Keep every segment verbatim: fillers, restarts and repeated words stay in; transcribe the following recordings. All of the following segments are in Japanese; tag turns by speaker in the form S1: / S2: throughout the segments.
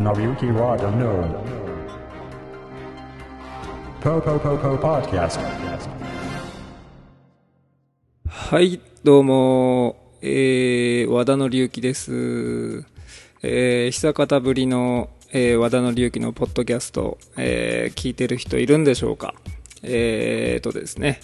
S1: Nariyuki Wada no Po Po Po Po Podcast。
S2: はい、どうも、えー、和田紀之です。えー、久方ぶりの、えー、和田紀之のポッドキャスト、えー、聞いてる人いるんでしょうか。えーとですね、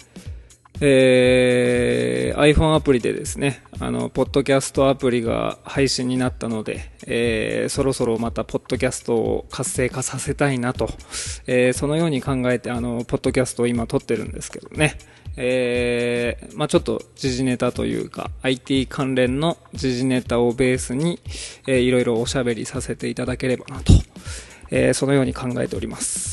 S2: えー、iPhone アプリでですね、あの、ポッドキャストアプリが配信になったので、えー、そろそろまたポッドキャストを活性化させたいなと、えー、そのように考えて、あの、ポッドキャストを今撮ってるんですけどね。えー、まあちょっと時事ネタというか アイティー 関連の時事ネタをベースに、えー、いろいろおしゃべりさせていただければなと、えー、そのように考えております。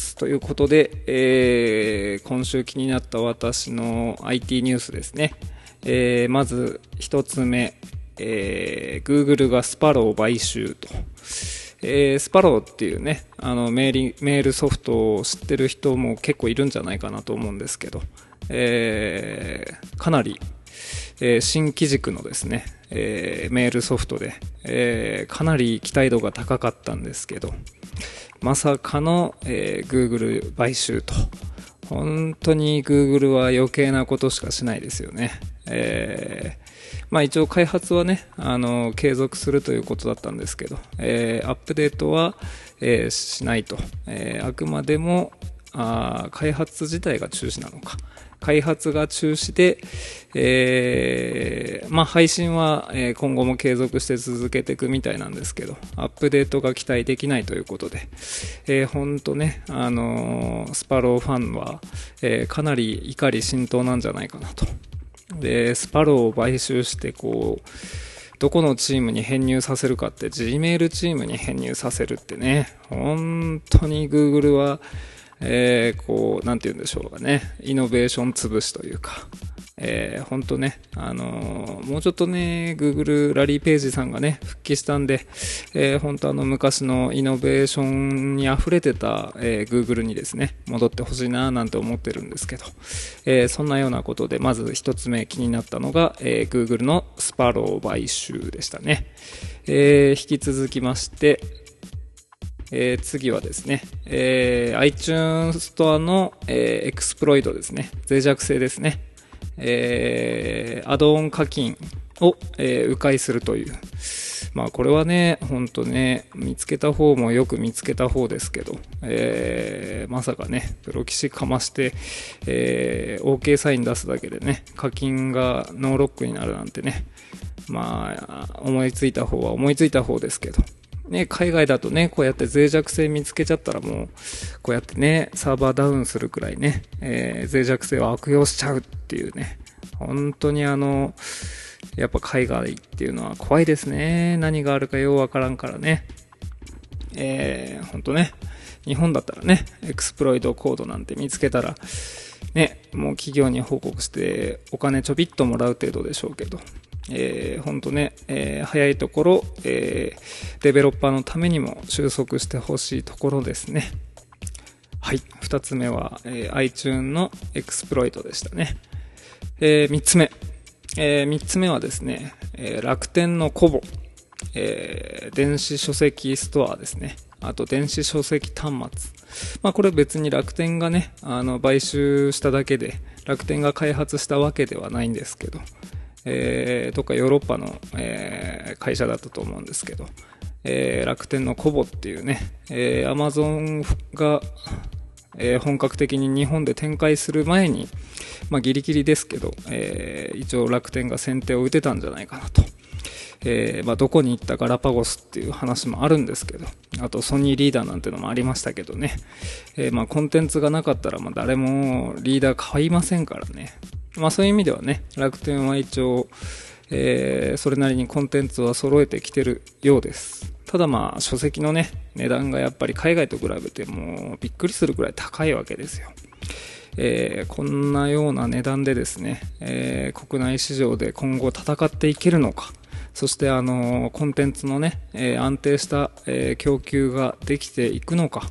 S2: ということで、えー、今週気になった私の アイティー ニュースですね。えー、まず一つ目、えー、Google がスパローを買収と。えー、スパローっていうね、あのメーリ、メールソフトを知ってる人も結構いるんじゃないかなと思うんですけど、えー、かなり、えー、新機軸のですね、えー、メールソフトで、えー、かなり期待度が高かったんですけど、まさかの、えー、Google 買収と。本当に Google は余計なことしかしないですよね。えーまあ一応開発はね、あの、継続するということだったんですけど、えー、アップデートは、えー、しないと。えー、あくまでも、あ開発自体が中止なのか。開発が中止で、えー、まあ配信は、えー、今後も継続して続けていくみたいなんですけど、アップデートが期待できないということで、えー、ほんとね、あのー、スパローファンは、えー、かなり怒り心頭なんじゃないかなと。で、スパローを買収して、こう、どこのチームに編入させるかって、Gmail チームに編入させるってね、本当に Google は、えー、こう、なんて言うんでしょうかね、イノベーション潰しというか、えー、本当ね、あのー、もうちょっとね、Google ラリーページさんがね、復帰したんで、えー、本当あの昔のイノベーションに溢れてた、えー、Google にですね、戻ってほしいななんて思ってるんですけど、えー、そんなようなことで、まず一つ目気になったのが、えー、Google のスパロー買収でしたね。えー、引き続きまして、えー、次はですね、えー、iTunes ストアの、えー、エクスプロイトですね。脆弱性ですね。えー、アドオン課金を、えー、迂回するという。まあこれはね、ほんとね、見つけた方もよく見つけた方ですけど、えー、まさかね、プロ棋士かまして、えー、OK サイン出すだけでね、課金がノーロックになるなんてね、まあ、思いついた方は思いついた方ですけど、ね、海外だとね、こうやって脆弱性見つけちゃったらもう、こうやってね、サーバーダウンするくらいね、えー、脆弱性を悪用しちゃうっていうね、本当にあの、やっぱ海外っていうのは怖いですね。何があるかようわからんからね。えー、本当ね、日本だったらね、エクスプロイトコードなんて見つけたら、ね、もう企業に報告してお金ちょびっともらう程度でしょうけど、えー、ほんとね、えー、早いところ、えー、デベロッパーのためにも収束してほしいところですね。はい。二つ目は、えー、iTunes のエクスプロイトでしたね。えー、三つ目。えー、三つ目はですね、えー、楽天のコボ、えー、電子書籍ストアですね。あと電子書籍端末。まあこれ別に楽天がね、あの、買収しただけで、楽天が開発したわけではないんですけど、えー、とかヨーロッパの、えー、会社だったと思うんですけど、えー、楽天のコボっていうね、えー、アマゾンが、えー、本格的に日本で展開する前に、まあギリギリですけど、えー、一応楽天が先手を打てたんじゃないかなと。えー、まあどこに行ったガラパゴスっていう話もあるんですけど、あとソニーリーダーなんてのもありましたけどね、えー、まあコンテンツがなかったらまあ誰もリーダー買いませんからね。まあそういう意味ではね、楽天は一応、えー、それなりにコンテンツは揃えてきてるようです。ただまあ書籍のね、値段がやっぱり海外と比べてもうびっくりするくらい高いわけですよ。えー、こんなような値段でですね、えー、国内市場で今後戦っていけるのか。そしてあのコンテンツのね、えー、安定した、えー、供給ができていくのか、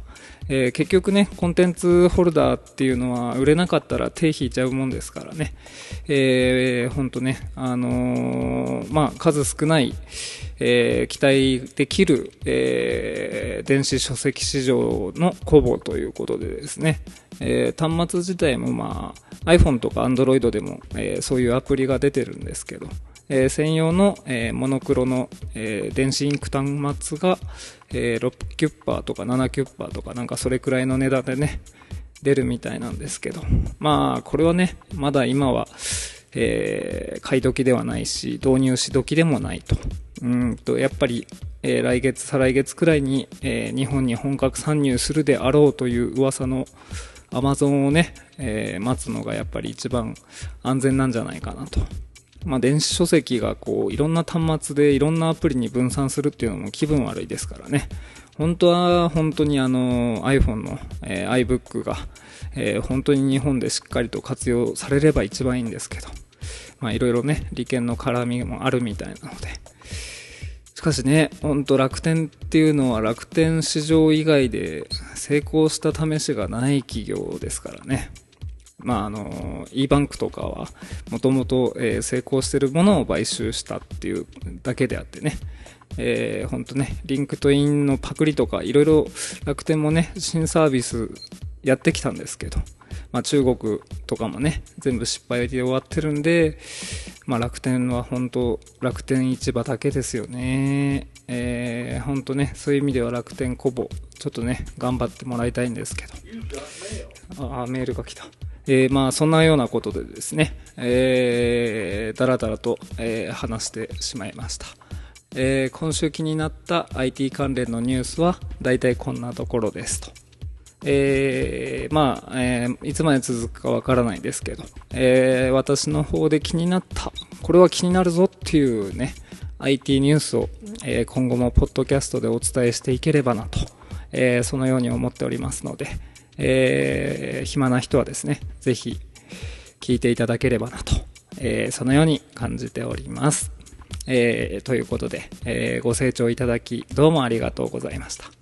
S2: えー、結局ね、コンテンツホルダーっていうのは売れなかったら手引いちゃうもんですからね、えー、ほんとね、あのー、まあ、数少ない、えー、期待できる、えー、電子書籍市場のコボということでですね、えー、端末自体もまあ iPhone とか Android でも、えー、そういうアプリが出てるんですけど、えー、専用の、えー、モノクロの、えー、電子インク端末が、えー、ろくキュッパーとかななキュッパーとかなんかそれくらいの値段でね出るみたいなんですけど、まあこれはねまだ今は、えー、買い時ではないし導入し時でもないと。うんとやっぱり、えー、来月再来月くらいに、えー、日本に本格参入するであろうという噂のアマゾンをね、えー、待つのがやっぱり一番安全なんじゃないかなと。まあ、電子書籍がこういろんな端末でいろんなアプリに分散するっていうのも気分悪いですからね。本当は本当にあの iPhone の、えー、iBook が、えー、本当に日本でしっかりと活用されれば一番いいんですけど、まあいろいろね利権の絡みもあるみたいなので、しかしね、本当楽天っていうのは楽天市場以外で成功した試しがない企業ですからね。まああの e バンクとかはもともと成功しているものを買収したっていうだけであってね、えー、本当ねリンクトインのパクリとかいろいろ楽天もね新サービスやってきたんですけど、まあ、中国とかもね全部失敗で終わってるんで、まあ、楽天は本当楽天市場だけですよね。えー、本当ねそういう意味では楽天コボちょっとね頑張ってもらいたいんですけど、ああメールが来た。えー、まあそんなようなことでですね、えー、だらだらと、えー、話してしまいました。えー、今週気になった アイティー 関連のニュースはだいたいこんなところですと。えー、まあ、えー、いつまで続くかわからないですけど、えー、私の方で気になった、これは気になるぞっていうね アイティー ニュースを、えー、今後もポッドキャストでお伝えしていければなと、えー、そのように思っておりますので、えー、暇な人はですねぜひ聞いていただければなと、えー、そのように感じております。えー、ということで、えー、ご清聴いただきどうもありがとうございました。